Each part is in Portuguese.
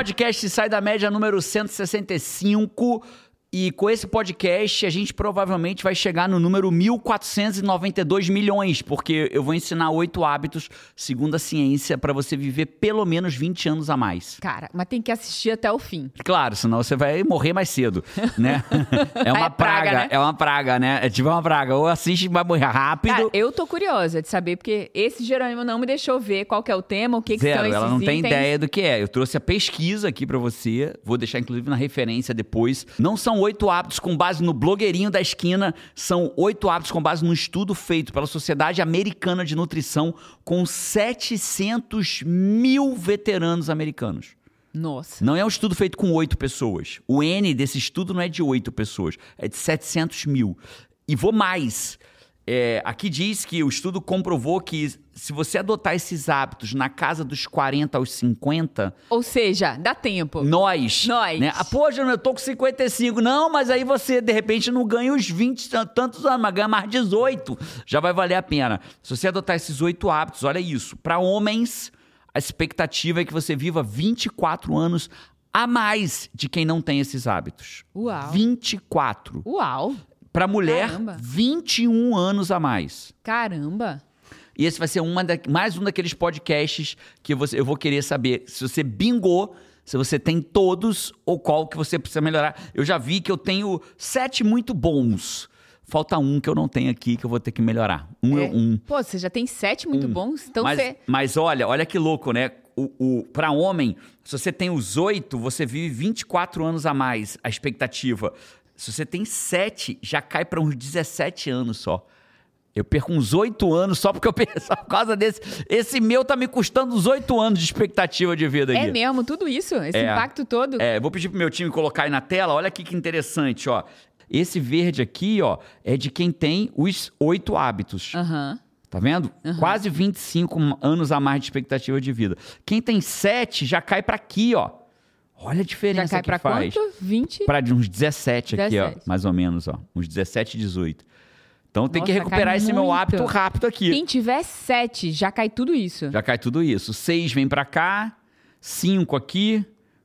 podcast Sai da Média número 165. E com esse podcast, a gente provavelmente vai chegar no número 1.492 milhões, porque eu vou ensinar 8 hábitos, segundo a ciência, para você viver pelo menos 20 anos a mais. Cara, mas tem que assistir até o fim. Claro, senão você vai morrer mais cedo, né? É uma praga, né? É uma praga, né? É tipo uma praga. Ou assiste e vai morrer rápido. Cara, eu tô curiosa de saber, porque esse Jerônimo não me deixou ver qual que é o tema, o que são esses ela não tem itens. ideia do que é. Eu trouxe a pesquisa aqui pra você, vou deixar inclusive na referência depois. Não são 8 hábitos com base no blogueirinho da esquina, são 8 hábitos com base num estudo feito pela Sociedade Americana de Nutrição com 700 mil veteranos americanos. Nossa. Não é um estudo feito com 8 pessoas. O N desse estudo não é de 8 pessoas, é de 700 mil. E vou mais. Aqui diz que o estudo comprovou que se você adotar esses hábitos na casa dos 40 aos 50... Ou seja, dá tempo. Nós. Né? Poxa, eu tô com 55. Não, mas aí você, de repente, não ganha os 20 tantos anos, mas ganha mais 18. Já vai valer a pena. Se você adotar esses 8 hábitos, olha isso. Para homens, a expectativa é que você viva 24 anos a mais de quem não tem esses hábitos. Uau. 24. Uau. Para mulher, Caramba. 21 anos a mais. Caramba. E esse vai ser mais um daqueles podcasts que eu vou querer saber se você bingou, se você tem todos ou qual que você precisa melhorar. Eu já vi que eu tenho 7 muito bons. Falta um que eu não tenho aqui, que eu vou ter que melhorar. Um. Pô, você já tem 7 muito bons? Então mas olha que louco, né? Para homem, se você tem os 8, você vive 24 anos a mais, a expectativa. Se você tem 7, já cai para uns 17 anos só. Eu perco uns 8 anos só por causa desse. Esse meu tá me custando uns 8 anos de expectativa de vida aqui. É mesmo, tudo isso? Esse impacto todo? Vou pedir pro meu time colocar aí na tela. Olha aqui que interessante, ó. Esse verde aqui, ó, é de quem tem os 8 hábitos. Aham. Tá vendo? Quase 25 anos a mais de expectativa de vida. Quem tem 7 já cai para aqui, ó. Olha a diferença já cai que pra faz. Quanto? 20? Para uns 17 aqui, 17. ó. Mais ou menos, ó. Uns 17, 18. Então tem que Nossa, recuperar cai esse meu muito. hábito rápido aqui. Quem tiver 7, já cai tudo isso. Já cai tudo isso. 6 vem pra cá. 5 aqui.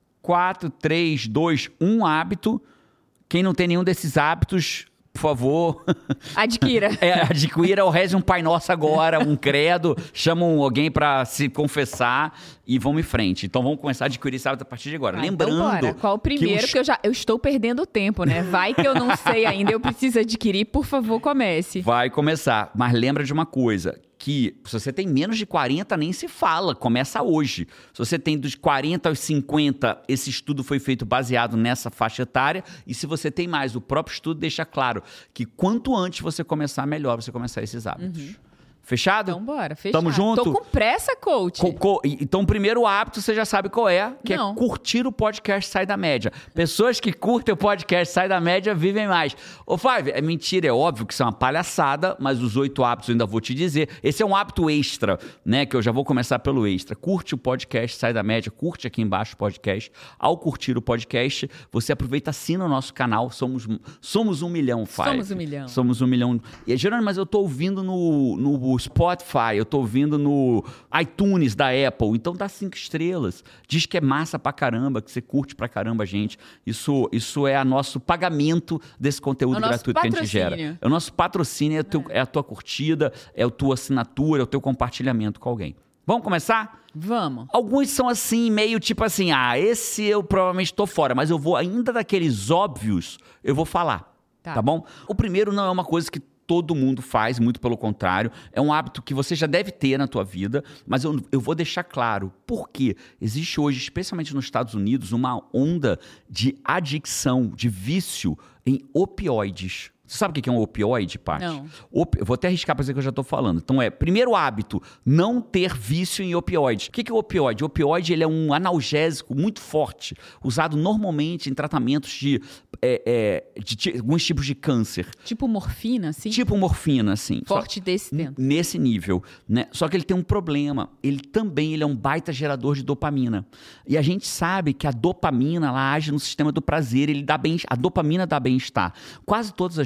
4, 3, 2, 1 hábito. Quem não tem nenhum desses hábitos, por favor... Adquira. Adquira ou reze um Pai Nosso agora, um credo. Chamam alguém pra se confessar e vamos em frente. Então vamos começar a adquirir esse hábito a partir de agora. Lembrando... Então bora. Qual o primeiro? Que eu estou perdendo tempo, né? Vai que eu não sei ainda, eu preciso adquirir. Por favor, comece. Vai começar. Mas lembra de uma coisa, que se você tem menos de 40, nem se fala. Começa hoje. Se você tem dos 40 aos 50, esse estudo foi feito baseado nessa faixa etária. E se você tem mais, o próprio estudo deixa claro que quanto antes você começar, melhor você começar esses hábitos. Fechado? Então bora, fechado. Tamo junto? Tô com pressa, coach. Então o primeiro hábito você já sabe qual é, que Não. é curtir o podcast Sai da Média. Pessoas que curtem o podcast Sai da Média vivem mais. Ô, Five, é mentira, é óbvio que isso é uma palhaçada, mas os 8 hábitos eu ainda vou te dizer. Esse é um hábito extra, né, que eu já vou começar pelo extra. Curte o podcast Sai da Média, curte aqui embaixo o podcast. Ao curtir o podcast, você aproveita, assina o nosso canal. Somos 1 milhão, Five. Somos 1 milhão. Somos 1 milhão. E, Gerônimo, mas eu tô ouvindo no Spotify, eu tô ouvindo no iTunes da Apple, então dá 5 estrelas. Diz que é massa pra caramba, que você curte pra caramba a gente. Isso é o nosso pagamento desse conteúdo gratuito que a gente gera. É o nosso patrocínio, é a tua curtida, é a tua assinatura, é o teu compartilhamento com alguém. Vamos começar? Vamos. Alguns são assim, meio tipo assim, esse eu provavelmente tô fora, mas eu vou, ainda daqueles óbvios, eu vou falar, tá bom? O primeiro não é uma coisa que todo mundo faz, muito pelo contrário. É um hábito que você já deve ter na tua vida, mas eu vou deixar claro. Por quê? Existe hoje, especialmente nos Estados Unidos, uma onda de adicção, de vício em opioides. Você sabe o que é um opioide, Paty? Não. Vou até arriscar para dizer que eu já estou falando. Então primeiro hábito, não ter vício em opioide. O que é o opioide? O opioide ele é um analgésico muito forte, usado normalmente em tratamentos de alguns tipos de câncer. Tipo morfina, assim? Tipo morfina, assim. Forte desse dentro. Nesse nível, né? Só que ele tem um problema. Ele é um baita gerador de dopamina. E a gente sabe que a dopamina, ela age no sistema do prazer. A dopamina dá bem-estar. Quase todas as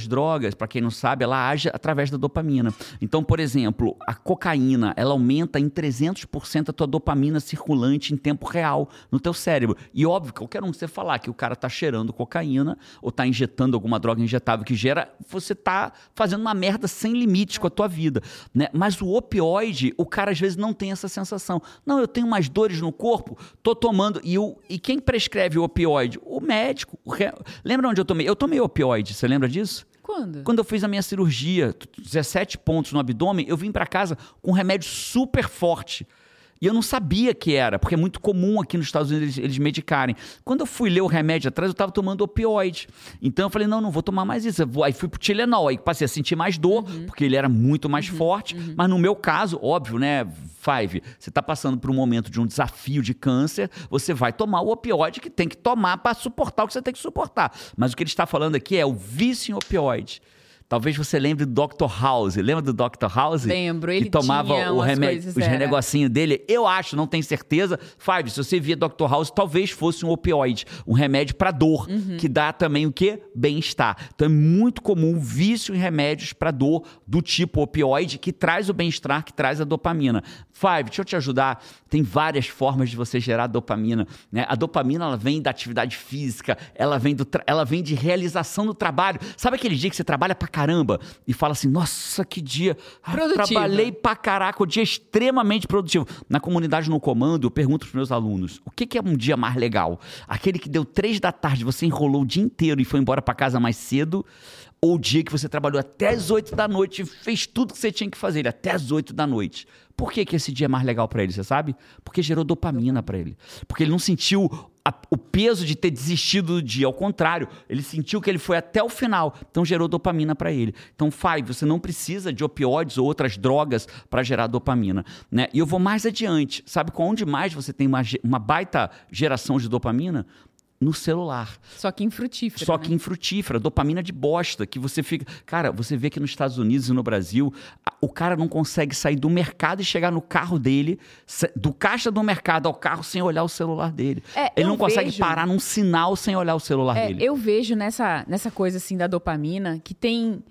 drogas, para quem não sabe, ela age através da dopamina. Então, por exemplo, a cocaína, ela aumenta em 300% a tua dopamina circulante em tempo real no teu cérebro. E óbvio, qualquer um que você falar que o cara tá cheirando cocaína ou tá injetando alguma droga injetável que gera, você tá fazendo uma merda sem limites com a tua vida, né? Mas o opioide, o cara às vezes não tem essa sensação. Não, eu tenho umas dores no corpo, tô tomando. E quem prescreve o opioide? O médico. Lembra onde eu tomei? Eu tomei opioide, você lembra disso? Quando? Quando eu fiz a minha cirurgia, 17 pontos no abdômen, eu vim para casa com um remédio super forte. E eu não sabia que era, porque é muito comum aqui nos Estados Unidos eles medicarem. Quando eu fui ler o remédio atrás, eu estava tomando opioide. Então eu falei, não vou tomar mais isso. Aí fui pro Tilenol, aí passei a sentir mais dor, porque ele era muito mais forte. Mas no meu caso, óbvio, né, Five, você está passando por um momento de um desafio de câncer, você vai tomar o opioide que tem que tomar para suportar o que você tem que suportar. Mas o que ele está falando aqui é o vício em opioide. Talvez você lembre do Dr. House. Lembra do Dr. House? Lembro, ele que tomava tinha o remédio, os negocinhos dele. Eu acho, não tenho certeza. Five, se você via Dr. House, talvez fosse um opioide, um remédio para dor, que dá também o quê? Bem-estar. Então é muito comum o vício em remédios para dor do tipo opioide, que traz o bem-estar, que traz a dopamina. Five, deixa eu te ajudar. Tem várias formas de você gerar dopamina, né? A dopamina, ela vem da atividade física, ela vem de realização do trabalho. Sabe aquele dia que você trabalha pra caramba e fala assim, nossa, que dia, trabalhei pra caraca, o dia extremamente produtivo. Na comunidade No Comando, eu pergunto pros meus alunos, o que é um dia mais legal? Aquele que deu 3 da tarde, você enrolou o dia inteiro e foi embora pra casa mais cedo, ou o dia que você trabalhou até as 8 da noite e fez tudo que você tinha que fazer até as 8 da noite? Por que esse dia é mais legal pra ele, você sabe? Porque gerou dopamina pra ele. Porque ele não sentiu o peso de ter desistido do dia. Ao contrário, ele sentiu que ele foi até o final. Então gerou dopamina pra ele. Então, Five, você não precisa de opioides ou outras drogas pra gerar dopamina, né? E eu vou mais adiante. Sabe onde mais você tem uma baita geração de dopamina? No celular. Só que infrutífera. Só que infrutífera, dopamina de bosta, que você fica... Cara, você vê que nos Estados Unidos e no Brasil, o cara não consegue sair do mercado e chegar no carro dele, do caixa do mercado ao carro sem olhar o celular dele. Ele não consegue parar num sinal sem olhar o celular dele. Eu vejo nessa coisa assim da dopamina que tem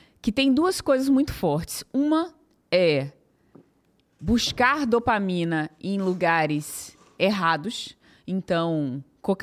2 coisas muito fortes. Uma é buscar dopamina em lugares errados. Então...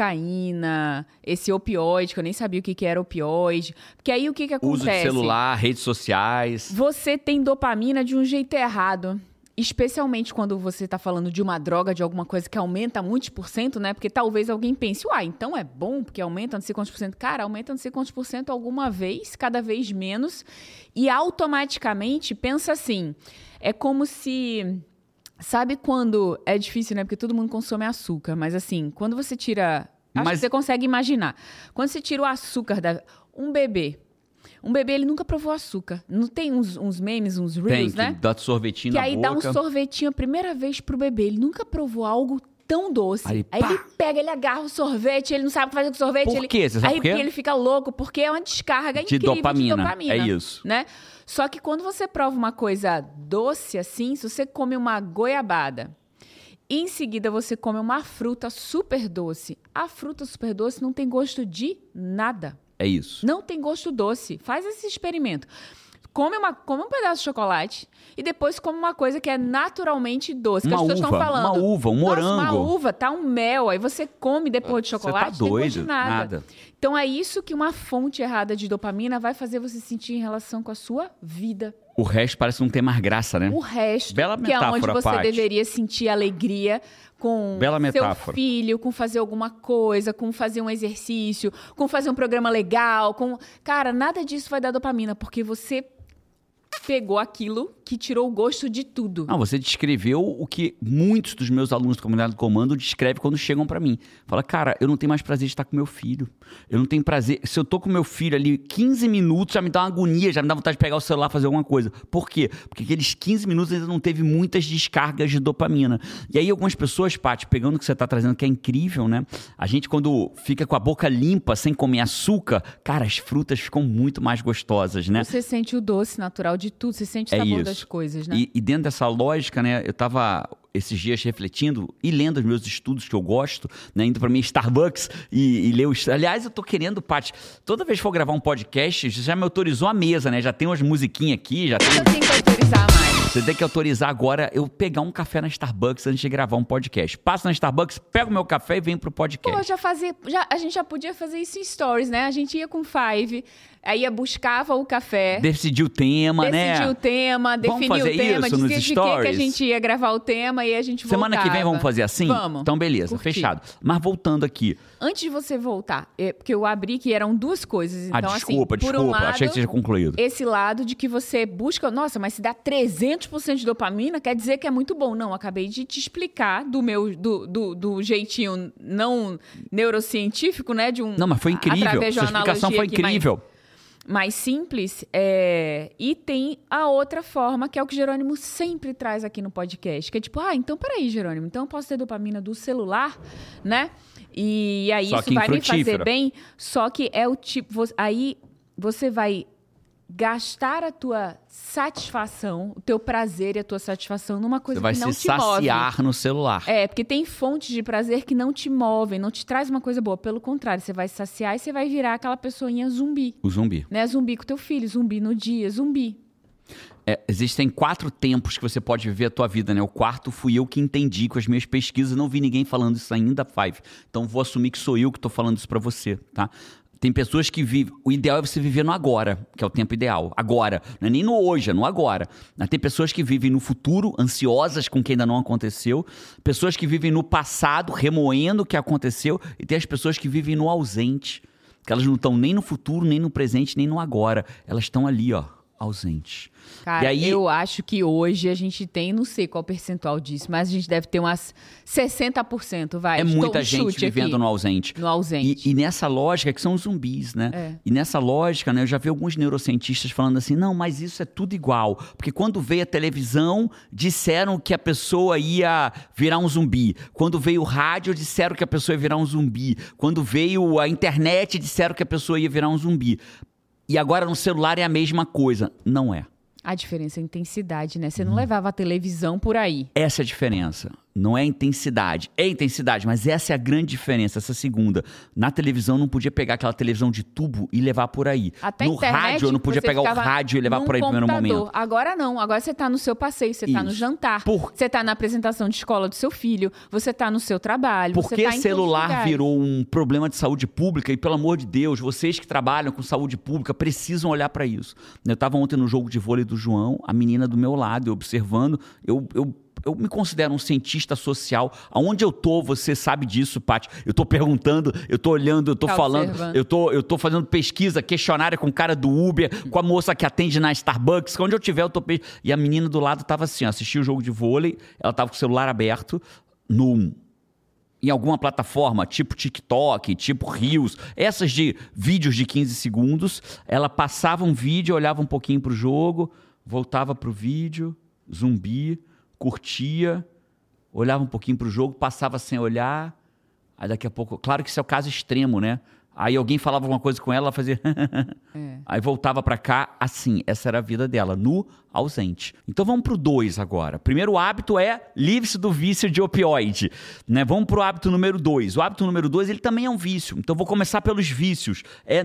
cocaína, esse opioide, que eu nem sabia o que era opioide. Porque aí o que acontece? Uso de celular, redes sociais. Você tem dopamina de um jeito errado. Especialmente quando você está falando de uma droga, de alguma coisa que aumenta muitos por cento, né? Porque talvez alguém pense, então é bom porque aumenta não sei quantos por cento. Cara, aumenta não sei quantos por cento alguma vez, cada vez menos. E automaticamente pensa assim, é como se... Sabe quando... É difícil, né? Porque todo mundo consome açúcar. Mas assim, quando você tira... Acho que você consegue imaginar. Quando você tira o açúcar Um bebê, ele nunca provou açúcar. Não tem uns memes, uns reels, né? Que dá sorvetinho na boca. Que aí dá um sorvetinho a primeira vez pro bebê. Ele nunca provou algo tão doce. Aí ele pega, ele agarra o sorvete, ele não sabe o que fazer com o sorvete. Por quê? Você sabe por quê? Ele fica louco, porque é uma descarga incrível de dopamina. É isso. Né? Só que quando você prova uma coisa doce assim, se você come uma goiabada, em seguida você come uma fruta super doce. A fruta super doce não tem gosto de nada. É isso. Não tem gosto doce. Faz esse experimento. Come um pedaço de chocolate e depois come uma coisa que é naturalmente doce. Que as pessoas estão falando. Uma uva, um morango. Nossa, uma uva, tá um mel. Aí você come depois de chocolate, você tá doido, não tem gosto de nada. Então é isso que uma fonte errada de dopamina vai fazer você sentir em relação com a sua vida. O resto parece não ter mais graça, né? O resto, Bela que é onde você Paty. deveria sentir alegria com seu filho, com fazer alguma coisa, com fazer um exercício, com fazer um programa legal. Cara, nada disso vai dar dopamina, porque você pegou aquilo que tirou o gosto de tudo. Não, você descreveu o que muitos dos meus alunos da comunidade do comando descrevem quando chegam pra mim. Fala, cara, eu não tenho mais prazer de estar com meu filho. Eu não tenho prazer... Se eu tô com meu filho ali 15 minutos, já me dá uma agonia, já me dá vontade de pegar o celular e fazer alguma coisa. Por quê? Porque aqueles 15 minutos ainda não teve muitas descargas de dopamina. E aí algumas pessoas, Paty, pegando o que você tá trazendo, que é incrível, né? A gente, quando fica com a boca limpa, sem comer açúcar, cara, as frutas ficam muito mais gostosas, né? Você sente o doce natural de tudo. Você sente o sabor das das coisas, né? E dentro dessa lógica, né, eu tava esses dias refletindo e lendo os meus estudos que eu gosto, né, indo pra mim Starbucks e ler os... Aliás, eu tô querendo, Paty, toda vez que for gravar um podcast, já me autorizou a mesa, né? Já tem umas musiquinhas aqui, já tem... Eu tenho que autorizar mais. Você tem que autorizar agora eu pegar um café na Starbucks antes de gravar um podcast. Passo na Starbucks, pego o meu café e venho pro podcast. Pô, a gente já podia fazer isso em stories, né? A gente ia com Five, aí buscava o café. Decidir o tema, né? Decidir o tema, definir o tema, isso nos dizer de que a gente ia gravar o tema e a gente voltava. Semana que vem vamos fazer assim? Vamos. Então beleza, Curti. fechado. Mas voltando aqui. Antes de você voltar, porque eu abri que eram duas coisas. Então, desculpa, por um lado, achei que seja concluído. Esse lado de que você busca, nossa, mas se dá 300% de dopamina, quer dizer que é muito bom. Não, acabei de te explicar do jeitinho não neurocientífico, né? Não, mas foi incrível. Sua explicação foi incrível. Mais simples, e tem a outra forma, que é o que Jerônimo sempre traz aqui no podcast, que é tipo, então peraí, Jerônimo, então eu posso ter dopamina do celular, né? E aí só isso vai me fazer bem, só que é o tipo, aí você vai gastar a tua satisfação, o teu prazer e a tua satisfação numa coisa que não te move. Você vai se saciar no celular. Porque tem fontes de prazer que não te movem, não te traz uma coisa boa. Pelo contrário, você vai se saciar e você vai virar aquela pessoinha zumbi. O zumbi. Né? Zumbi com teu filho, zumbi no dia, zumbi. Existem 4 tempos que você pode viver a tua vida, né? O quarto fui eu que entendi com as minhas pesquisas, não vi ninguém falando isso ainda, Five. Então vou assumir que sou eu que tô falando isso pra você, tá? Tem pessoas que vivem... O ideal é você viver no agora, que é o tempo ideal. Agora. Não é nem no hoje, é no agora. Tem pessoas que vivem no futuro, ansiosas com o que ainda não aconteceu. Pessoas que vivem no passado, remoendo o que aconteceu. E tem as pessoas que vivem no ausente. Que elas não estão nem no futuro, nem no presente, nem no agora. Elas estão ali, ó, ausentes. Cara, eu acho que hoje a gente tem, não sei qual percentual disso, mas a gente deve ter umas 60%, vai. Muita gente vivendo aqui, no ausente. No ausente. E nessa lógica, que são zumbis, né? E nessa lógica, né, eu já vi alguns neurocientistas falando assim, não, mas isso é tudo igual. Porque quando veio a televisão, disseram que a pessoa ia virar um zumbi. Quando veio o rádio, disseram que a pessoa ia virar um zumbi. Quando veio a internet, disseram que a pessoa ia virar um zumbi. E agora no celular é a mesma coisa. Não é. A diferença é a intensidade, né? Você não levava a televisão por aí. Essa é a diferença. Não é intensidade. É intensidade, mas essa é a grande diferença, essa segunda. Na televisão, não podia pegar aquela televisão de tubo e levar por aí. Até no rádio, eu não podia pegar o rádio e levar por aí no primeiro momento. Agora não. Agora você tá no seu passeio, você tá no jantar. Você tá na apresentação de escola do seu filho. Você tá no seu trabalho. Porque você tá celular virou um problema de saúde pública e, pelo amor de Deus, vocês que trabalham com saúde pública precisam olhar para isso. Eu tava ontem no jogo de vôlei do João, a menina do meu lado, eu observando, eu me considero um cientista social. Aonde eu tô, você sabe disso, Paty. Eu tô perguntando, eu tô olhando, eu tô falando, eu tô fazendo pesquisa, questionário com o cara do Uber, com a moça que atende na Starbucks, onde eu tiver, eu tô... E a menina do lado tava assim, ó, assistia o jogo de vôlei, ela tava com o celular aberto, em alguma plataforma, tipo TikTok, tipo Reels, essas de vídeos de 15 segundos, ela passava um vídeo, olhava um pouquinho pro jogo, voltava pro vídeo, zumbi, curtia, olhava um pouquinho pro jogo, passava sem olhar, aí daqui a pouco... Claro que isso é o caso extremo, né? Aí alguém falava alguma coisa com ela, ela fazia... Aí voltava pra cá, assim, essa era a vida dela, no ausente. Então vamos pro 2 agora. Primeiro hábito é livre-se do vício de opioide, né? Vamos pro hábito número 2. O hábito número 2, ele também é um vício. Então vou começar pelos vícios.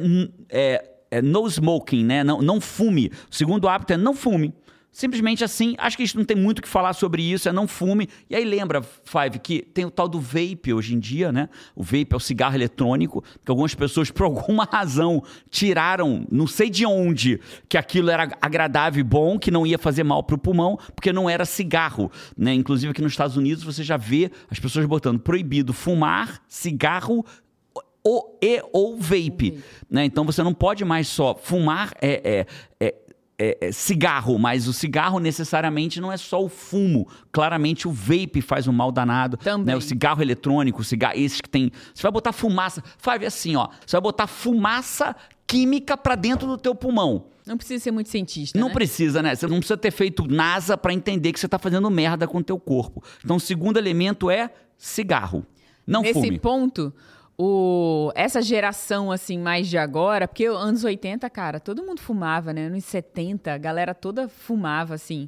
No smoking, né? Não fume. O segundo hábito é não fume. Simplesmente assim, acho que a gente não tem muito o que falar sobre isso, é não fume. E aí lembra, Five, que tem o tal do vape hoje em dia, né? O vape é o cigarro eletrônico, que algumas pessoas, por alguma razão, tiraram, não sei de onde, que aquilo era agradável e bom, que não ia fazer mal pro pulmão, porque não era cigarro, né? Inclusive aqui nos Estados Unidos você já vê as pessoas botando proibido fumar, cigarro ou vape, né? Então você não pode mais só fumar, cigarro, mas o cigarro necessariamente não é só o fumo. Claramente o vape faz um mal danado. Também. Né? O cigarro eletrônico, esses que tem... Você vai botar fumaça... Five, assim, ó. Você vai botar fumaça química pra dentro do teu pulmão. Não precisa ser muito cientista, Não precisa, né? Você não precisa ter feito NASA pra entender que você tá fazendo merda com o teu corpo. Então o segundo elemento é cigarro. Não fume. Nesse ponto... Essa geração, assim, mais de agora, porque anos 80, cara, todo mundo fumava, né? Anos 70, a galera toda fumava, assim.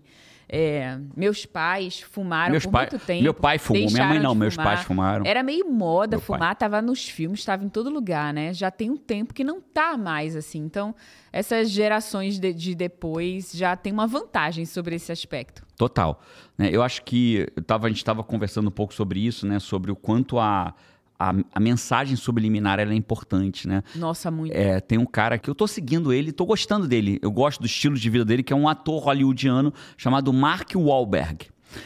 Meus pais fumaram muito tempo. Meu pai fumou, minha mãe não, meus pais fumaram. Era meio moda fumar, tava nos filmes, tava em todo lugar, né? Já tem um tempo que não tá mais, assim. Então, essas gerações de depois já tem uma vantagem sobre esse aspecto. Total. Eu acho que a gente estava conversando um pouco sobre isso, né? Sobre o quanto a mensagem subliminar ela é importante, né? Nossa, muito. Tem um cara que eu tô seguindo ele, tô gostando dele. Eu gosto do estilo de vida dele, que é um ator hollywoodiano chamado Mark Wahlberg.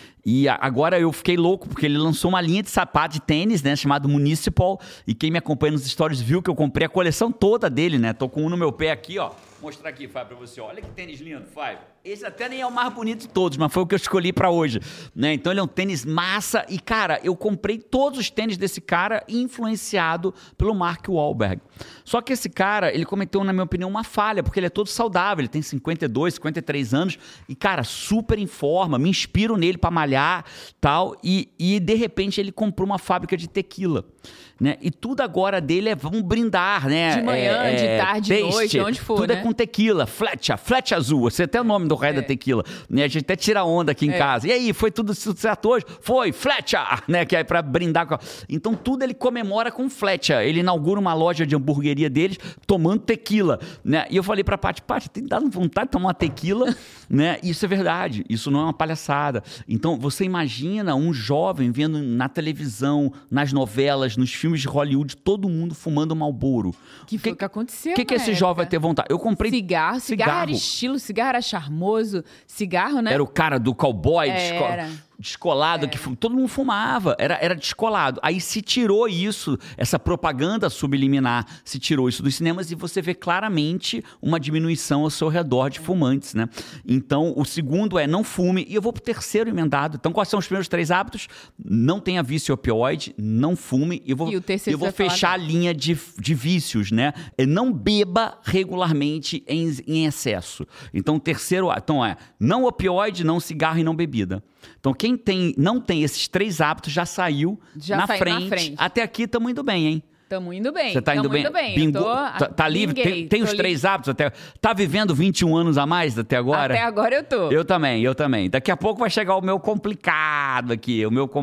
E agora eu fiquei louco, porque ele lançou uma linha de sapato de tênis, né? Chamado Municipal. E quem me acompanha nos stories viu que eu comprei a coleção toda dele, né? Tô com um no meu pé aqui, ó. Vou mostrar aqui, Fábio, pra você. Olha que tênis lindo, Fábio. Esse até nem é o mais bonito de todos, mas foi o que eu escolhi pra hoje, né? Então ele é um tênis massa e, cara, eu comprei todos os tênis desse cara influenciado pelo Mark Wahlberg. Só que esse cara, ele cometeu, na minha opinião, uma falha, porque ele é todo saudável, ele tem 52, 53 anos e, cara, super em forma, me inspiro nele pra malhar, tal, e de repente ele comprou uma fábrica de tequila. Né? E tudo agora dele vamos brindar, né? De manhã, de tarde, de noite, onde for, tudo, né? Com tequila, Flecha Azul, você até o nome do rei da tequila, né? A gente até tira onda aqui em casa. E aí, foi tudo certo hoje? Foi, Flecha, né? Que é pra brindar com... Então tudo ele comemora com Flecha. Ele inaugura uma loja de hamburgueria deles tomando tequila, né? E eu falei pra Paty, tem dado vontade de tomar uma tequila, né? Isso é verdade, isso não é uma palhaçada. Então você imagina um jovem vendo na televisão, nas novelas, nos filmes de Hollywood, todo mundo fumando Marlboro. Que foi o que aconteceu, O que esse jovem vai ter vontade? Eu comprei cigarro era estilo, cigarro era charmoso, cigarro, né? Era o cara do cowboy descolado, que todo mundo fumava, era descolado. Aí se tirou isso, essa propaganda subliminar, se tirou isso dos cinemas e você vê claramente uma diminuição ao seu redor de fumantes, né? Então, o segundo é não fume, e eu vou pro terceiro emendado. Então, quais são os primeiros 3 hábitos? Não tenha vício opioide, não fume, e eu vou fechar a linha de vícios, né? Não beba regularmente em excesso. Então, o terceiro não opioide, não cigarro e não bebida. Então, quem não tem esses 3 hábitos já saiu na frente. Até aqui estamos indo bem, hein? Estamos indo bem. Você tá indo bem? Bingo, tá livre? Tem os 3 hábitos até... Tá vivendo 21 anos a mais até agora? Até agora eu tô. Eu também. Daqui a pouco vai chegar o meu complicado aqui.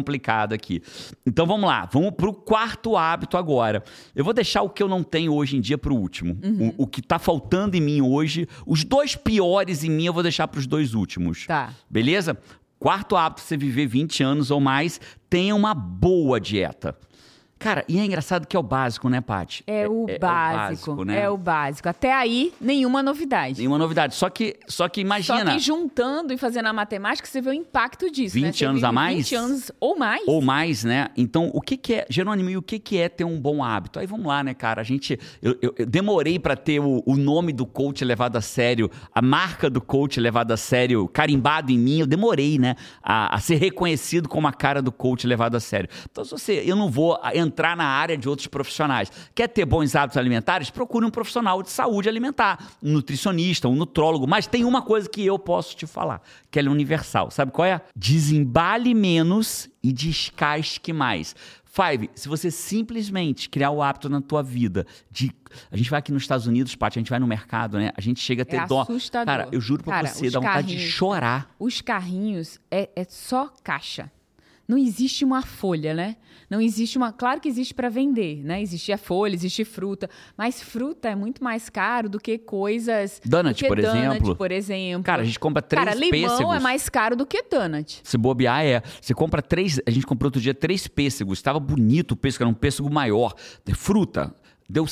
Então, vamos lá. Vamos pro 4º hábito agora. Eu vou deixar o que eu não tenho hoje em dia pro último. Uhum. O que tá faltando em mim hoje. Os 2 piores em mim eu vou deixar pros 2 últimos. Tá. Beleza? 4º hábito, você viver 20 anos ou mais, tenha uma boa dieta. Cara, e é engraçado que é o básico, né, Paty? É o básico, né? É o básico. Até aí, nenhuma novidade. Só que imagina... Só que juntando e fazendo a matemática, você vê o impacto disso, 20 anos a mais? 20 anos ou mais. Ou mais, né? Então, o que é... Jerônimo, e o que é ter um bom hábito? Aí vamos lá, né, cara? Eu demorei pra ter o nome do coach levado a sério, a marca do coach levada a sério, carimbado em mim. Eu demorei, né? A ser reconhecido como a cara do coach levado a sério. Então, eu não vou entrar na área de outros profissionais. Quer ter bons hábitos alimentares? Procure um profissional de saúde alimentar, um nutricionista, um nutrólogo. Mas tem uma coisa que eu posso te falar, que ela é universal. Sabe qual é? Desembale menos e descasque mais. 5, se você simplesmente criar o hábito na tua vida de... A gente vai aqui nos Estados Unidos, Paty, a gente vai no mercado, né? A gente chega a ter dó. Assustador. Cara, eu juro pra você, dá vontade de chorar. Os carrinhos é só caixa. Não existe uma folha, né? Não existe uma... Claro que existe para vender, né? Existe a folha, existe fruta. Mas fruta é muito mais caro do que coisas... Donut, por exemplo. Cara, a gente compra 3 pêssegos. Cara, limão é mais caro do que donut. Se bobear, Você compra 3... A gente comprou outro dia 3 pêssegos. Estava bonito o pêssego, era um pêssego maior. De fruta. Deu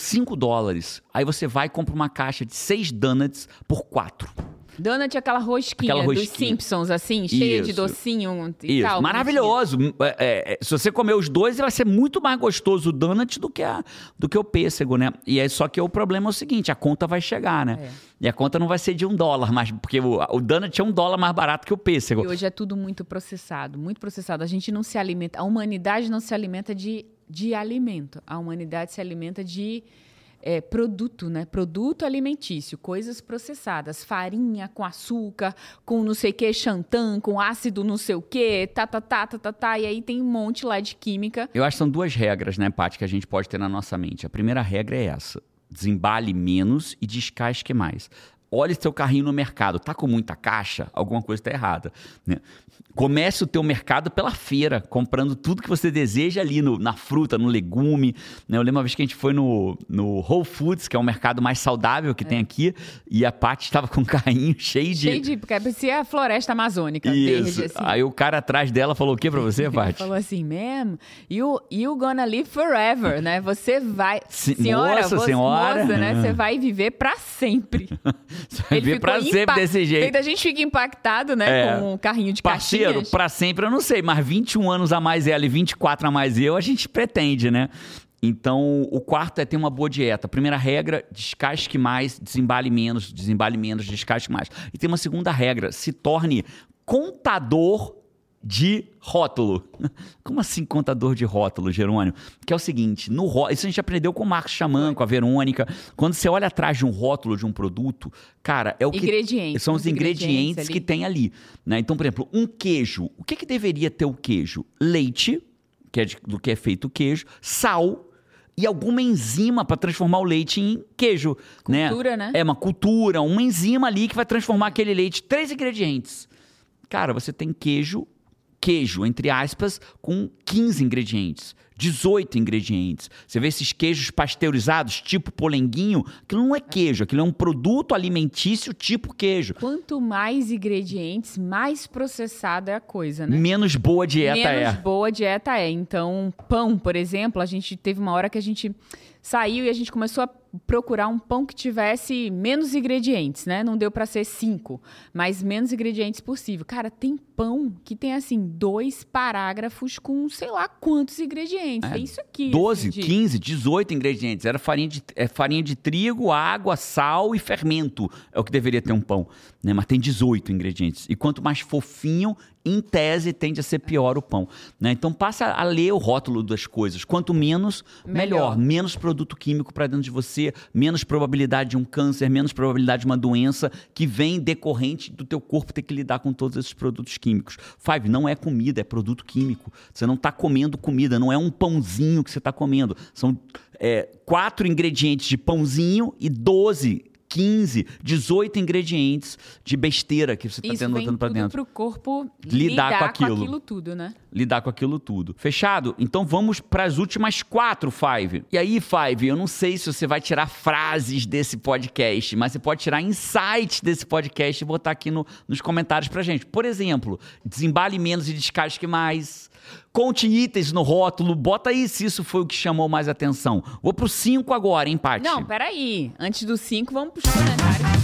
$5. Aí você vai e compra uma caixa de 6 donuts por 4. Donut é aquela rosquinha dos Simpsons, assim, cheia de docinho e tal. Maravilhoso. Se você comer os 2, vai ser muito mais gostoso o donut do que o pêssego, né? E aí, só que o problema é o seguinte, a conta vai chegar, né? E a conta não vai ser de $1, mas porque o donut é $1 mais barato que o pêssego. E hoje é tudo muito processado, muito processado. A gente não se alimenta, a humanidade não se alimenta de alimento. A humanidade se alimenta de produto, né? Produto alimentício, coisas processadas, farinha com açúcar, com não sei o que, xantã, com ácido não sei o que, e aí tem um monte lá de química. Eu acho que são 2 regras, né, Paty, que a gente pode ter na nossa mente. A primeira regra é essa: desembale menos e descasque mais. Olhe seu carrinho no mercado, tá com muita caixa? Alguma coisa está errada, né? Comece o teu mercado pela feira, comprando tudo que você deseja ali na fruta, no legume, né? Eu lembro uma vez que a gente foi no Whole Foods, que é o mercado mais saudável que tem aqui, e a Paty estava com um carrinho cheio de... Porque parecia a floresta amazônica, verde, assim. Aí o cara atrás dela falou o que pra você, Paty? Falou assim, mesmo, you gonna live forever, né? Você vai... Senhora, né? Você vai viver pra sempre. Você vai viver pra sempre desse jeito. A gente fica impactado, né? Com o carrinho de caixinhas. Parceiro, pra sempre eu não sei, mas 21 anos a mais ela e 24 a mais eu, a gente pretende, né? Então, o quarto é ter uma boa dieta. Primeira regra, descasque mais, desembale menos, descasque mais. E tem uma segunda regra, se torne contador de rótulo. Como assim contador de rótulo, Jerônimo? Que é o seguinte, isso a gente aprendeu com o Marcos Chaman, com a Verônica. Quando você olha atrás de um rótulo de um produto, cara, é o que são os ingredientes que tem ali, né? Então, por exemplo, um queijo. O que deveria ter o queijo? Leite, que é do que é feito o queijo, sal e alguma enzima para transformar o leite em queijo. Cultura, né? É uma cultura, uma enzima ali que vai transformar aquele leite. 3 ingredientes. Cara, você tem queijo, entre aspas, com 15 ingredientes, 18 ingredientes. Você vê esses queijos pasteurizados, tipo polenguinho, aquilo não é queijo, aquilo é um produto alimentício tipo queijo. Quanto mais ingredientes, mais processada é a coisa, né? Menos boa dieta Menos boa dieta é. Então, pão, por exemplo, a gente teve uma hora que a gente saiu e a gente começou a procurar um pão que tivesse menos ingredientes, né? Não deu para ser 5, mas menos ingredientes possível. Cara, tem pão que tem, assim, 2 parágrafos com sei lá quantos ingredientes. É isso aqui. 12, assim, 15, 18 ingredientes. Era farinha de trigo, água, sal e fermento. É o que deveria ter um pão, né? Mas tem 18 ingredientes. E quanto mais fofinho, em tese, tende a ser pior o pão, né? Então, passa a ler o rótulo das coisas. Quanto menos, melhor. Menos produto químico para dentro de você, menos probabilidade de um câncer, menos probabilidade de uma doença que vem decorrente do teu corpo ter que lidar com todos esses produtos químicos. 5, não é comida, é produto químico. Você não está comendo comida, não é um pãozinho que você está comendo. São 4 ingredientes de pãozinho e 12 15, 18 ingredientes de besteira que você está tendo botando para dentro. Para o corpo lidar com aquilo tudo, né? Lidar com aquilo tudo. Fechado? Então vamos para as últimas 4, 5. E aí, 5, eu não sei se você vai tirar frases desse podcast, mas você pode tirar insights desse podcast e botar aqui nos comentários pra gente. Por exemplo, desembale menos e descasque mais. Conte itens no rótulo, bota aí se isso foi o que chamou mais atenção. Vou pro 5 agora, hein, Paty? Não, peraí. Antes do 5, vamos pros comentários.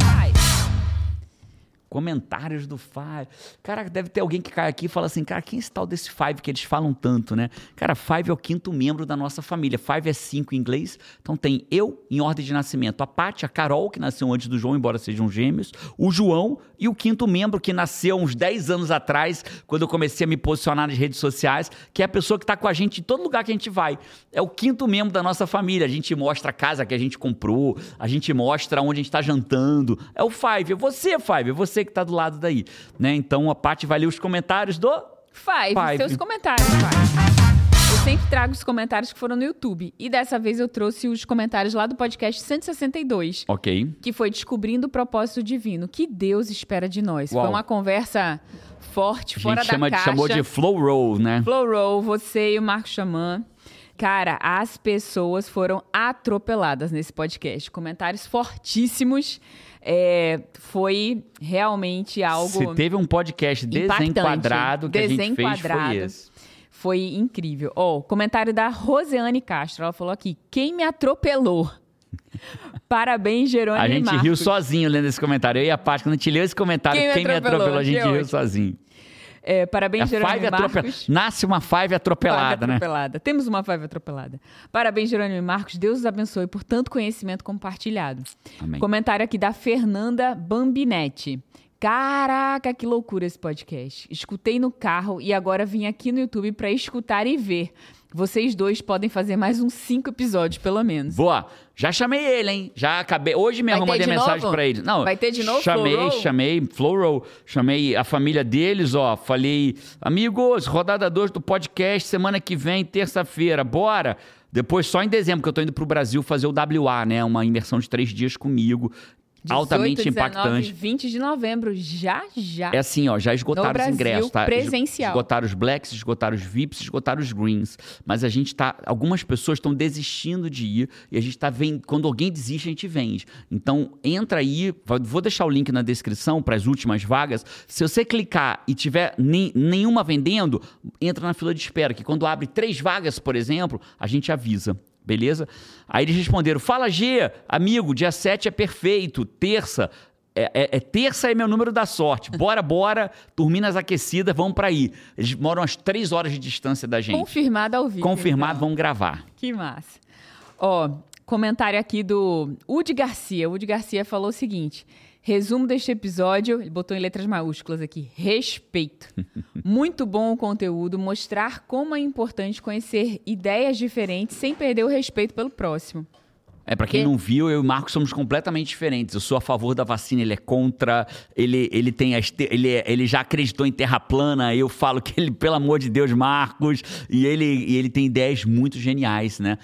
Comentários do 5. Cara, deve ter alguém que cai aqui e fala assim, cara, quem é esse tal desse 5 que eles falam tanto, né? Cara, 5 é o 5º membro da nossa família. 5 é 5 em inglês. Então tem eu em ordem de nascimento, a Paty, a Carol, que nasceu antes do João, embora sejam gêmeos, o João e o 5º membro que nasceu uns 10 anos atrás, quando eu comecei a me posicionar nas redes sociais, que é a pessoa que está com a gente em todo lugar que a gente vai. É o 5º membro da nossa família. A gente mostra a casa que a gente comprou, a gente mostra onde a gente está jantando. É o 5, é você, 5, é você que tá do lado daí, né? Então a Paty vai ler os comentários do 5, seus comentários, 5. Eu sempre trago os comentários que foram no YouTube. E dessa vez eu trouxe os comentários lá do podcast 162. Ok. Que foi Descobrindo o Propósito Divino. Que Deus espera de nós. Uau. Foi uma conversa forte, fora da caixa. Chamou de Flow Roll, né? Flow Roll, você e o Marcos Chaman. Cara, as pessoas foram atropeladas nesse podcast. Comentários fortíssimos. Foi realmente algo Se teve um podcast desenquadrado que a gente fez, foi esse. Foi incrível. Comentário da Roseane Castro. Ela falou aqui, quem me atropelou? Parabéns, Jerônimo e Marcos. A gente riu sozinho lendo esse comentário. Eu e a Paty, quando a gente leu esse comentário, quem me atropelou, a gente riu sozinho. Parabéns, Jerônimo e Marcos. Nasce uma 5 atropelada, né? Temos uma 5 atropelada. Parabéns, Jerônimo e Marcos. Deus os abençoe por tanto conhecimento compartilhado. Amém. Comentário aqui da Fernanda Bambinetti. Caraca, que loucura esse podcast. Escutei no carro e agora vim aqui no YouTube pra escutar e ver. Vocês dois podem fazer mais uns 5 episódios, pelo menos. Boa. Já chamei ele, hein? Já acabei. Hoje mesmo eu mandei mensagem pra ele. Não, vai ter de novo? Chamei Flowroll. Chamei a família deles, ó. Falei, amigos, rodada 2 do podcast, semana que vem, terça-feira. Bora! Depois, só em dezembro, que eu tô indo pro Brasil fazer o WA, né? Uma imersão de 3 dias comigo. 18, altamente 19, impactante. 20 de novembro, já. É assim, ó, já esgotaram Brasil, os ingressos, tá? Presencial. Esgotaram os Blacks, esgotaram os VIPs, esgotaram os Greens. Mas a gente tá... Algumas pessoas estão desistindo de ir e a gente tá vendo... Quando alguém desiste, a gente vende. Então, entra aí, vou deixar o link na descrição para as últimas vagas. Se você clicar e tiver nenhuma vendendo, entra na fila de espera, que quando abre 3 vagas, por exemplo, a gente avisa. Beleza? Aí eles responderam, fala G, amigo, dia 7 é perfeito, terça, terça é meu número da sorte, bora, turminas aquecidas, vamos pra aí. Eles moram às 3 horas de distância da gente. Confirmado ao vivo. Confirmado, então. Vamos gravar. Que massa. Ó, comentário aqui do Udi Garcia. O Udi Garcia falou o seguinte... Resumo deste episódio, ele botou em letras maiúsculas aqui, respeito. Muito bom o conteúdo, mostrar como é importante conhecer ideias diferentes sem perder o respeito pelo próximo. Pra quem não viu, eu e o Marcos somos completamente diferentes. Eu sou a favor da vacina, ele é contra, ele já acreditou em terra plana, eu falo que ele, pelo amor de Deus, Marcos, e ele tem ideias muito geniais, né?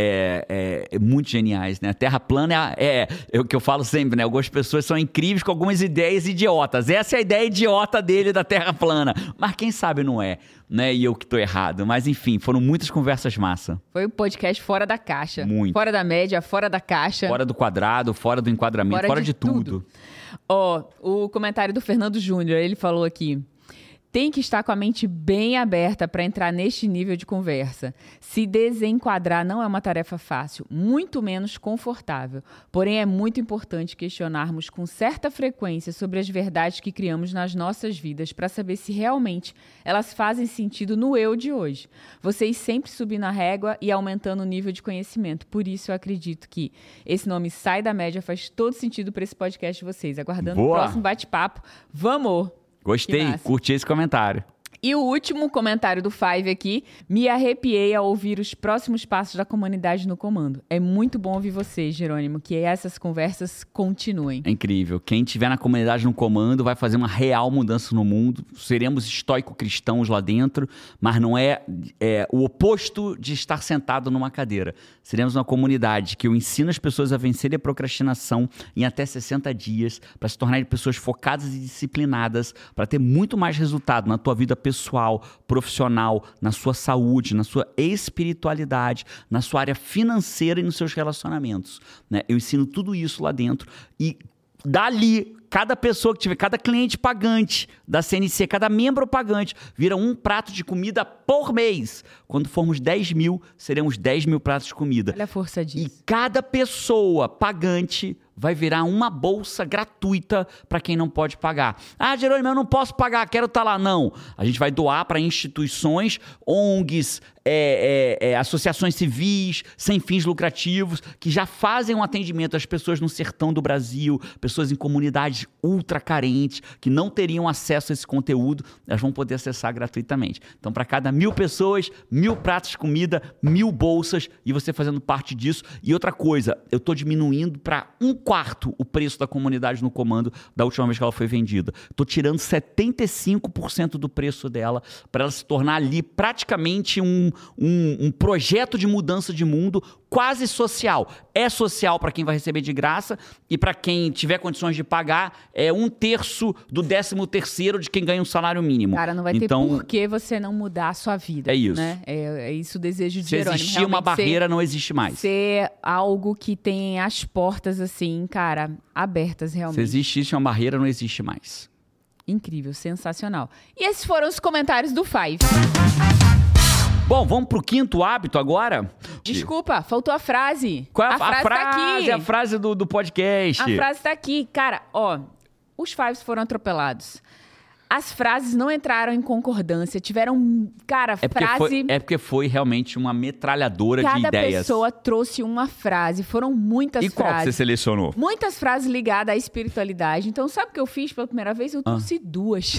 Muito geniais, né? A terra plana é o que eu falo sempre, né? Algumas pessoas são incríveis com algumas ideias idiotas. Essa é a ideia idiota dele da terra plana. Mas quem sabe não é, né? E eu que tô errado. Mas enfim, foram muitas conversas massa. Foi um podcast fora da caixa. Muito. Fora da média, fora da caixa. Fora do quadrado, fora do enquadramento, fora de tudo. Ó, o comentário do Fernando Júnior, ele falou aqui... Tem que estar com a mente bem aberta para entrar neste nível de conversa. Se desenquadrar não é uma tarefa fácil, muito menos confortável. Porém, é muito importante questionarmos com certa frequência sobre as verdades que criamos nas nossas vidas para saber se realmente elas fazem sentido no eu de hoje. Vocês sempre subindo a régua e aumentando o nível de conhecimento. Por isso, eu acredito que esse nome Sai da Média faz todo sentido para esse podcast de vocês. Aguardando o próximo bate-papo. Vamos! Gostei, curti esse comentário. E o último comentário do Five aqui, me arrepiei ao ouvir os próximos passos da comunidade no comando. É muito bom ouvir você, Jerônimo, que essas conversas continuem. É incrível. Quem estiver na comunidade no comando vai fazer uma real mudança no mundo. Seremos estoico-cristãos lá dentro, mas não é o oposto de estar sentado numa cadeira. Seremos uma comunidade que eu ensino as pessoas a vencerem a procrastinação em até 60 dias, para se tornarem pessoas focadas e disciplinadas, para ter muito mais resultado na tua vida pessoal, profissional, na sua saúde, na sua espiritualidade, na sua área financeira e nos seus relacionamentos, né? Eu ensino tudo isso lá dentro e dali, cada pessoa que tiver, cada cliente pagante da CNC, cada membro pagante, vira um prato de comida por mês. Quando formos 10 mil, seremos 10 mil pratos de comida. Olha a força disso. E cada pessoa pagante vai virar uma bolsa gratuita para quem não pode pagar. Ah, Jerônimo, eu não posso pagar, quero estar lá. Não. A gente vai doar para instituições, ONGs, associações civis, sem fins lucrativos, que já fazem um atendimento às pessoas no sertão do Brasil, pessoas em comunidades ultra carentes, que não teriam acesso a esse conteúdo, elas vão poder acessar gratuitamente. Então, para cada 1000 pessoas, 1000 pratos de comida, 1000 bolsas, e você fazendo parte disso. E outra coisa, eu estou diminuindo para 1/4 o preço da comunidade no comando da última vez que ela foi vendida. Estou tirando 75% do preço dela para ela se tornar ali praticamente um projeto de mudança de mundo quase social. É social para quem vai receber de graça e para quem tiver condições de pagar é 1/3 do 13º de quem ganha um salário mínimo. Cara, não vai ter por que você não mudar a sua vida. É isso. Né? É isso o desejo de Se Jerônimo. existir uma barreira, não existe mais. Ser algo que tem as portas, assim, cara, abertas realmente. Se existisse uma barreira, não existe mais. Incrível, sensacional. E esses foram os comentários do Five. Bom, vamos pro 5º hábito agora? Desculpa, faltou a frase. Qual é a frase tá aqui. A frase do podcast. A frase tá aqui. Cara, ó, os Fives foram atropelados. As frases não entraram em concordância, tiveram, cara, frase... Porque foi realmente uma metralhadora de ideias. Cada pessoa trouxe uma frase, foram muitas frases. E qual que você selecionou? Muitas frases ligadas à espiritualidade. Então, sabe o que eu fiz pela primeira vez? Eu trouxe 2.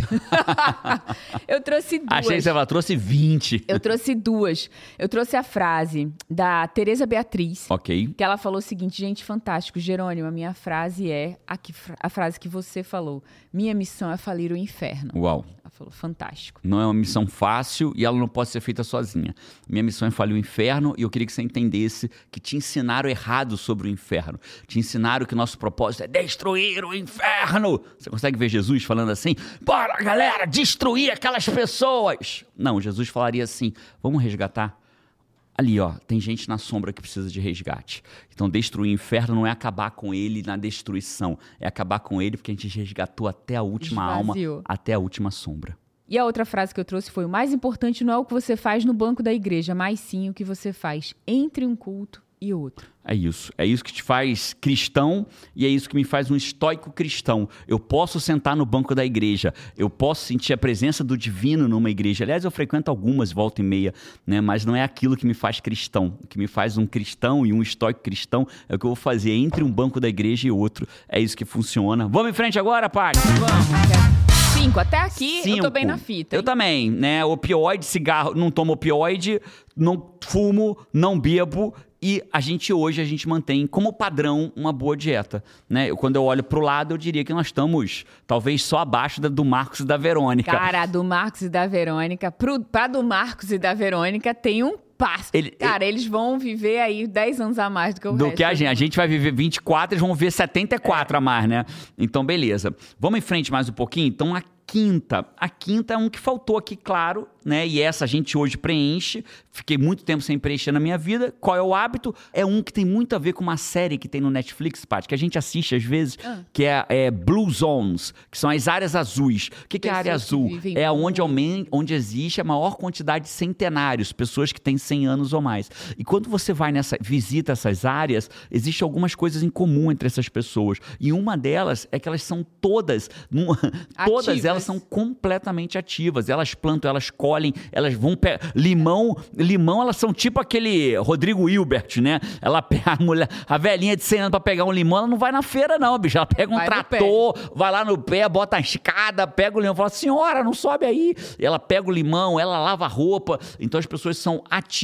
Eu trouxe 2. Achei que você trouxe 20. Eu trouxe 2. Eu trouxe a frase da Tereza Beatriz. Ok. Que ela falou o seguinte, gente, fantástico. Jerônimo, a minha frase é a frase que você falou. Minha missão é falir o inferno. Uau. Ela falou, fantástico. Não é uma missão fácil e ela não pode ser feita sozinha. Minha missão é falir o inferno e eu queria que você entendesse que te ensinaram errado sobre o inferno. Te ensinaram que nosso propósito é destruir o inferno. Você consegue ver Jesus falando assim? Bora, galera, destruir aquelas pessoas. Não, Jesus falaria assim, vamos resgatar? Ali, ó, tem gente na sombra que precisa de resgate. Então, destruir o inferno não é acabar com ele na destruição. É acabar com ele porque a gente resgatou até a última alma, até a última sombra. E a outra frase que eu trouxe foi: o mais importante não é o que você faz no banco da igreja, mas sim o que você faz entre um culto e outro. É isso que te faz cristão e é isso que me faz um estoico cristão. Eu posso sentar no banco da igreja, eu posso sentir a presença do divino numa igreja. Aliás, eu frequento algumas, volta e meia, né? Mas não é aquilo que me faz cristão. O que me faz um cristão e um estoico cristão é o que eu vou fazer entre um banco da igreja e outro. É isso que funciona. Vamos em frente agora, Paty? Vamos, 5. Até aqui 5. Eu tô bem na fita. Hein? Eu também, né? Opioide, cigarro, não tomo opioide, não fumo, não bebo. E a gente mantém como padrão uma boa dieta, né? Quando eu olho pro lado, eu diria que nós estamos talvez só abaixo do Marcos e da Verônica. Cara, do Marcos e da Verônica, pra do Marcos e da Verônica tem um passo. Eles vão viver aí 10 anos a mais do que o resto. Do que a gente. A gente vai viver 24, eles vão viver 74 a mais, né? Então, beleza. Vamos em frente mais um pouquinho? Então, a quinta é um que faltou aqui, claro, né? E essa a gente hoje preenche. Fiquei muito tempo sem preencher na minha vida. Qual é o hábito? É um que tem muito a ver com uma série que tem no Netflix, Paty, que a gente assiste às vezes, que é Blue Zones, que são as áreas azuis. O que é a área azul? É onde existe a maior quantidade de centenários, pessoas que têm 100 anos ou mais. E quando você visita essas áreas, existem algumas coisas em comum entre essas pessoas. E uma delas é que elas são todas elas são completamente ativas. Elas plantam, elas colhem, elas vão pegar limão, elas são tipo aquele Rodrigo Hilbert, né? Ela pega a velhinha de 100 anos pra pegar um limão, ela não vai na feira não, bicho. Ela pega um trator, vai lá no pé, bota a escada, pega o limão, fala, senhora, não sobe aí. E ela pega o limão, ela lava a roupa. Então as pessoas são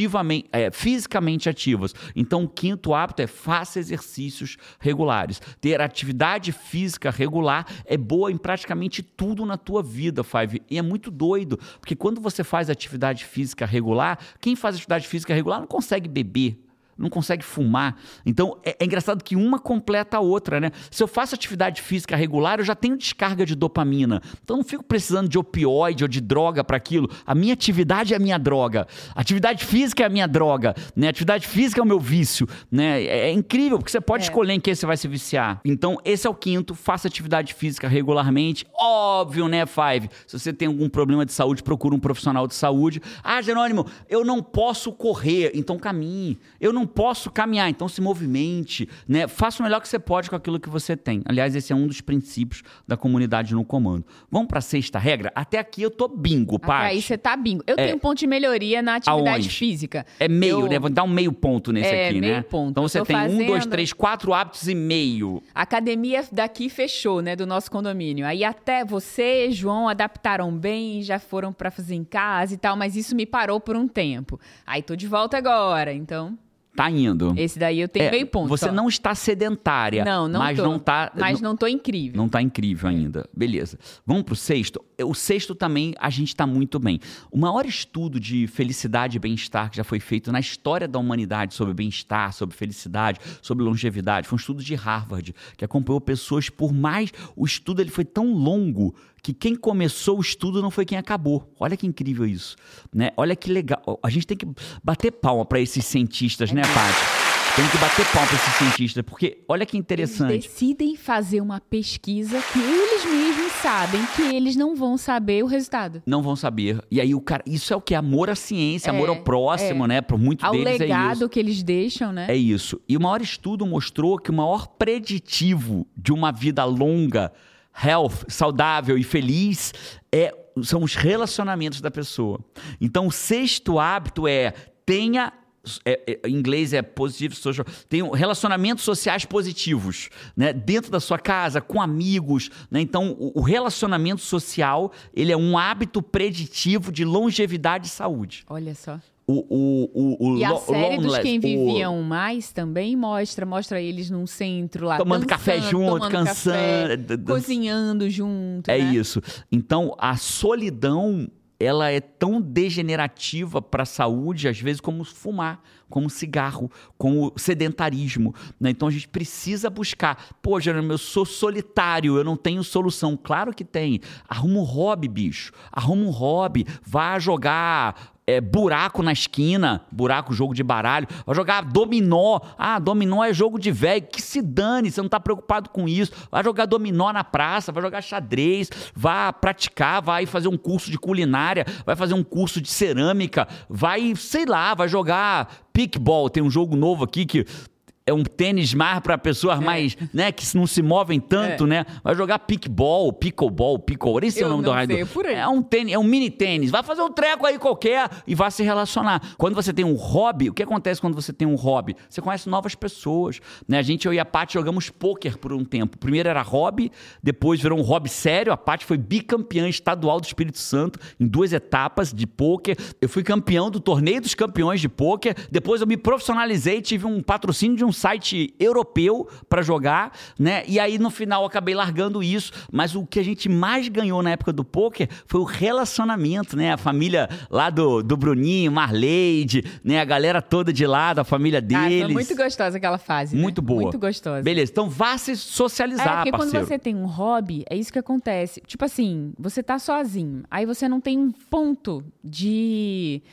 fisicamente ativas. Então o quinto hábito é faça exercícios regulares. Ter atividade física regular é boa em praticamente tudo na tua vida, Five. E é muito doido, porque quando você faz atividade física regular, quem faz atividade física regular não consegue beber, não consegue fumar. Então, é engraçado que uma completa a outra, né? Se eu faço atividade física regular, eu já tenho descarga de dopamina. Então, eu não fico precisando de opioide ou de droga para aquilo. A minha atividade é a minha droga. A atividade física é a minha droga, né? A atividade física é o meu vício, né? É incrível, porque você pode escolher em que você vai se viciar. Então, esse é o quinto. Faça atividade física regularmente. Óbvio, né, Five? Se você tem algum problema de saúde, procura um profissional de saúde. Ah, Jerônimo, eu não posso correr. Então, caminhe. Eu não posso caminhar, então se movimente, né? Faça o melhor que você pode com aquilo que você tem. Aliás, esse é um dos princípios da comunidade no comando. Vamos para a sexta regra? Até aqui eu tô bingo, Paty. Aí você tá bingo. Eu tenho um ponto de melhoria na atividade física. É meio, né? Vou dar um meio ponto nesse aqui, meio né? Ponto. Então você tem 1, 2, 3, 4 hábitos e meio. A academia daqui fechou, né? Do nosso condomínio. Aí até você, João, adaptaram bem, já foram para fazer em casa e tal, mas isso me parou por um tempo. Aí tô de volta agora, então... Tá indo. Esse daí eu tenho meio ponto. Você não está sedentária. Mas não tô incrível. Não tá incrível ainda. Beleza. Vamos pro sexto? O sexto também a gente tá muito bem. O maior estudo de felicidade e bem-estar que já foi feito na história da humanidade sobre bem-estar, sobre felicidade, sobre longevidade, foi um estudo de Harvard, que acompanhou pessoas por mais... O estudo ele foi tão longo que quem começou o estudo não foi quem acabou. Olha que incrível isso, né? Olha que legal. A gente tem que bater palma para esses cientistas, né, Paty? Tem que bater palma para esses cientistas, porque olha que interessante. Eles decidem fazer uma pesquisa que eles mesmos sabem que eles não vão saber o resultado. Não vão saber. E aí o cara, isso é o que? Amor à ciência, amor ao próximo, né? Por muito deles é isso. Ao legado que eles deixam, né? É isso. E o maior estudo mostrou que o maior preditivo de uma vida longa, health, saudável e feliz, são os relacionamentos da pessoa. Então, o 6º hábito tenha... em inglês é positive social, tem relacionamentos sociais positivos, né? Dentro da sua casa, com amigos, né? Então o relacionamento social, ele é um hábito preditivo de longevidade e saúde. Olha só. E a série dos Quem Viviam Mais também mostra eles num centro lá, tomando café junto, cansando, cozinhando junto, né? né? Isso. Então a solidão, ela é tão degenerativa para a saúde, às vezes, como fumar, como cigarro, como sedentarismo, né? Então, a gente precisa buscar. Pô, Jerônimo, eu sou solitário, eu não tenho solução. Claro que tem. Arruma um hobby, bicho. Arruma um hobby. Vá jogar... buraco na esquina, jogo de baralho, vai jogar dominó. Dominó é jogo de velho, que se dane, você não tá preocupado com isso. Vai jogar dominó na praça, vai jogar xadrez, vai praticar, vai fazer um curso de culinária, vai fazer um curso de cerâmica, vai jogar pickball. Tem um jogo novo aqui que é um tênis mais para pessoas mais, né, que não se movem tanto, né? Vai jogar pickleball, esse é o nome do raio. É um tênis, é um mini tênis. Vai fazer um treco aí qualquer e vai se relacionar. Quando você tem um hobby, o que acontece quando você tem um hobby? Você conhece novas pessoas, né? Eu e a Paty jogamos pôquer por um tempo. Primeiro era hobby, depois virou um hobby sério. A Paty foi bicampeã estadual do Espírito Santo em 2 etapas de pôquer. Eu fui campeão do torneio dos campeões de pôquer. Depois eu me profissionalizei, tive um patrocínio de um site europeu para jogar, né? E aí no final eu acabei largando isso, mas o que a gente mais ganhou na época do pôquer foi o relacionamento, né? A família lá do Bruninho, Marleide, né? A galera toda de lá, da família deles. Foi muito gostosa aquela fase, né? Muito boa. Muito gostosa. Beleza, então vá se socializar, porque parceiro. Quando você tem um hobby, é isso que acontece. Tipo assim, você tá sozinho, aí você não tem um ponto de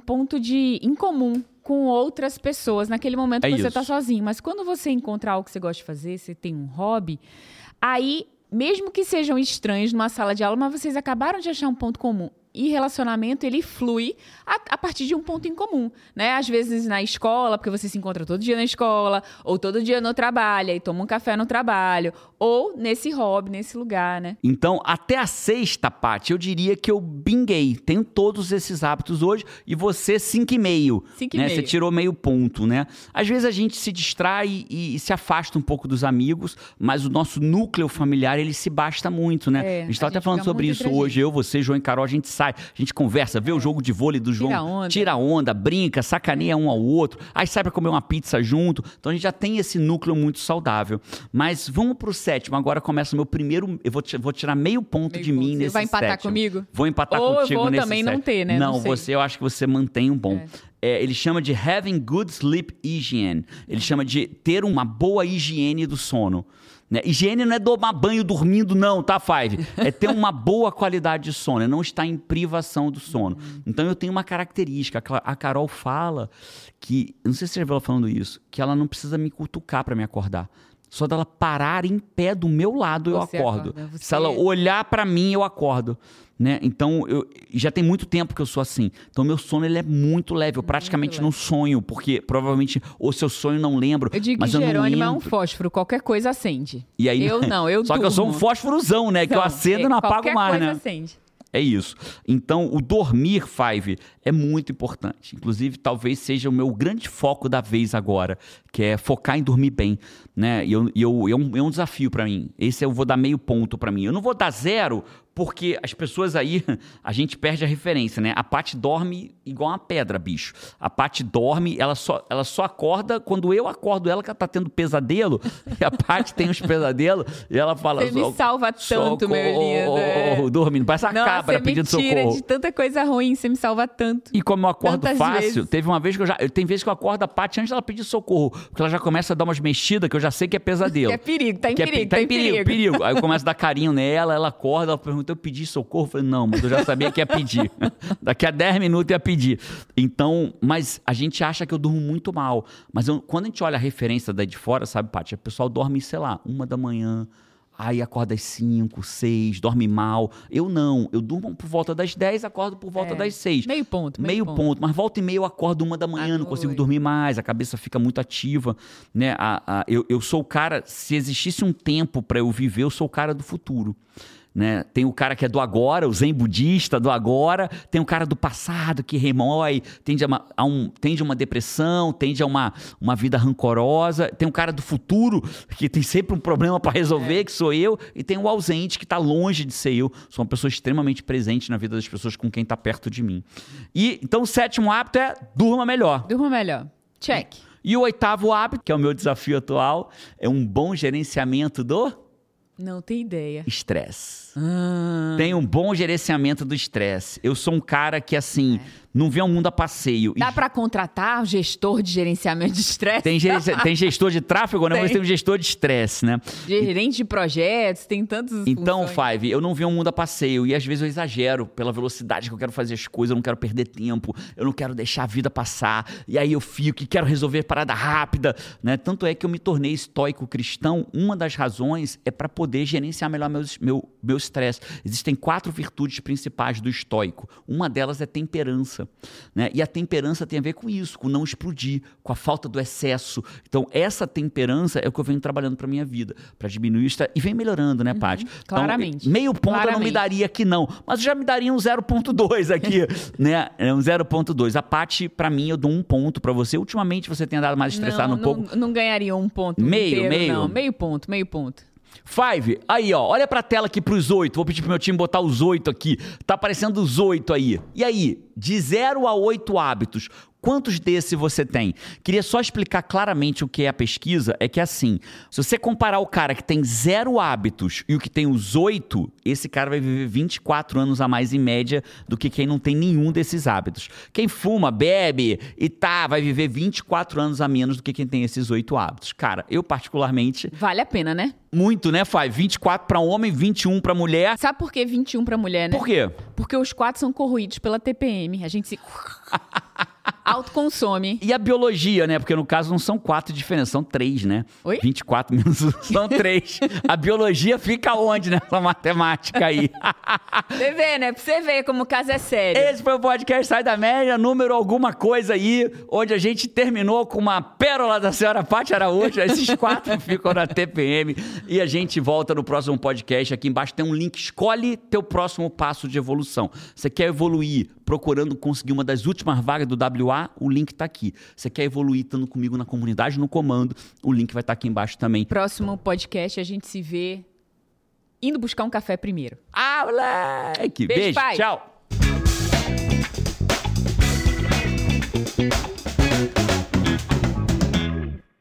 em comum com outras pessoas naquele momento que você tá sozinho. Mas quando você encontrar algo que você gosta de fazer, você tem um hobby, aí, mesmo que sejam estranhos numa sala de aula, mas vocês acabaram de achar um ponto comum. E relacionamento, ele flui a partir de um ponto em comum, né? Às vezes na escola, porque você se encontra todo dia na escola, ou todo dia no trabalho, e toma um café no trabalho, ou nesse hobby, nesse lugar, né? Então, até a 6ª, Paty, eu diria que eu binguei. Tenho todos esses hábitos hoje, e você 5,5. 5,5. Né? Você tirou meio ponto, né? Às vezes a gente se distrai e se afasta um pouco dos amigos, mas o nosso núcleo familiar, ele se basta muito, né? A gente estava até falando sobre isso hoje. Eu, você, João e Carol, a gente sai, a gente conversa, vê o jogo de vôlei do João, tira onda, brinca, sacaneia um ao outro, aí sai pra comer uma pizza junto. Então a gente já tem esse núcleo muito saudável. Mas vamos pro 7º, agora começa o meu primeiro, eu vou tirar meio ponto de mim nesse 7º. Você vai empatar comigo? Vou empatar contigo nesse 7º. Ou eu vou também não ter, né? Não, eu acho que você mantém um bom. Ele chama de having good sleep hygiene. Ele chama de ter uma boa higiene do sono. Né? Higiene não é tomar banho dormindo, não, tá, Five? É ter uma boa qualidade de sono, é não estar em privação do sono. Então eu tenho uma característica, a Carol fala que, não sei se você já viu ela falando isso, que ela não precisa me cutucar para me acordar. Só dela parar em pé do meu lado, eu acordo. Se ela olhar para mim, eu acordo. Né? Então, já tem muito tempo que eu sou assim. Então, meu sono ele é muito leve. Eu praticamente não sonho, porque provavelmente, ou se eu sonho, não lembro. Eu digo mas que eu Jerônimo não é um fósforo, qualquer coisa acende. E aí, eu Só durmo. que eu sou um fósforozão, né? Que eu acendo e não apago mais, né? Qualquer coisa acende. É isso. Então, o dormir, Five, é muito importante. Inclusive, talvez seja o meu grande foco da vez agora, que é focar em dormir bem, né? É um desafio para mim. Esse eu vou dar meio ponto para mim. Eu não vou dar 0, porque as pessoas aí, a gente perde a referência, né? A Paty dorme igual uma pedra, bicho. A Paty dorme, ela só acorda quando eu acordo ela, que ela tá tendo pesadelo, e a Paty tem os pesadelos, e ela fala... Você me salva tanto, meu lindo. Dormindo, parece a cabra pedindo socorro. Nossa, você me tira de tanta coisa ruim, você me salva tanto. E como eu acordo tantas fácil, vezes. Teve uma vez que tem vezes que eu acordo a Paty antes dela pedir socorro, porque ela já começa a dar umas mexidas que eu já sei que é pesadelo. Que é perigo, tá em perigo. Aí eu começo a dar carinho nela, ela acorda, ela pergunta, eu pedi socorro? Eu falei, não, mas eu já sabia que ia pedir. Daqui a 10 minutos ia pedir. Então, mas a gente acha que eu durmo muito mal. Mas quando a gente olha a referência daí de fora, sabe, Paty? O pessoal dorme, sei lá, 1h, aí acorda às 5, 6, dorme mal. Eu não, eu durmo por volta das 10, acordo por volta das 6. Meio ponto. Mas volta e meia eu acordo 1h, não consigo dormir mais, a cabeça fica muito ativa, né? Eu sou o cara, se existisse um tempo para eu viver, eu sou o cara do futuro. né? Tem o cara que é do agora, o zen budista do agora. Tem o cara do passado que remói, tende a uma depressão, tende a uma vida rancorosa. Tem o cara do futuro que tem sempre um problema para resolver, que sou eu. E tem o ausente que está longe de ser eu. Sou uma pessoa extremamente presente na vida das pessoas com quem está perto de mim. E então o 7º hábito é durma melhor. Durma melhor. Check. E o 8º hábito, que é o meu desafio atual, é um bom gerenciamento do... Não tem ideia. Estresse. Tem um bom gerenciamento do estresse. Eu sou um cara que, assim, não vê o mundo a passeio. Dá pra contratar um gestor de gerenciamento de estresse? Tem gestor de tráfego, né? Mas tem um gestor de estresse, né? Gerente de projetos, tem tantos Então, funções. Five, eu não vejo o mundo a passeio. E às vezes eu exagero pela velocidade que eu quero fazer as coisas. Eu não quero perder tempo. Eu não quero deixar a vida passar. E aí eu fico e quero resolver parada rápida, né? Tanto é que eu me tornei estoico cristão. Uma das razões é para poder gerenciar melhor meu estresse. Existem 4 virtudes principais do estoico. Uma delas é temperança, né? E a temperança tem a ver com isso, com não explodir, com a falta do excesso. Então, essa temperança é o que eu venho trabalhando para minha vida, para diminuir isso. E vem melhorando, né, Paty? Claramente. Então, meio ponto eu não me daria aqui, não. Mas eu já me daria um 0,2 aqui, né? Um 0,2. A Paty, para mim, eu dou 1 ponto para você. Ultimamente, você tem andado mais estressado um pouco. Não ganharia 1 ponto meio. não. Meio ponto. Five, aí ó, olha pra tela aqui pros 8. Vou pedir pro meu time botar os 8 aqui. Tá aparecendo os 8 aí. E aí, de 0 a 8 hábitos, quantos desses você tem? Queria só explicar claramente o que é a pesquisa. É que assim, se você comparar o cara que tem 0 hábitos e o que tem os 8, esse cara vai viver 24 anos a mais em média do que quem não tem nenhum desses hábitos. Quem fuma, bebe e vai viver 24 anos a menos do que quem tem esses 8 hábitos. Cara, eu particularmente... Vale a pena, né? Muito, né, Fai? 24 para homem, 21 para mulher. Sabe por que 21 para mulher, né? Por quê? Porque os 4 são corroídos pela TPM. A gente se autoconsome. E a biologia, né? Porque no caso não são 4 diferentes, são 3, né? Oi? 24 menos 1 são 3. A biologia fica onde nessa matemática aí? Você vê, né? Pra você ver como o caso é sério. Esse foi o podcast Sai da Média, número alguma coisa aí, onde a gente terminou com uma pérola da senhora Paty Araújo. Esses 4 ficam na TPM. E a gente volta no próximo podcast. Aqui embaixo tem um link. Escolhe teu próximo passo de evolução. Você quer evoluir procurando conseguir uma das últimas vagas do WA? O link tá aqui. Você quer evoluir estando comigo na comunidade, no comando? O link vai estar aqui embaixo também. Próximo podcast a gente se vê indo buscar um café primeiro. Ah, moleque! Beijo, pai. Tchau!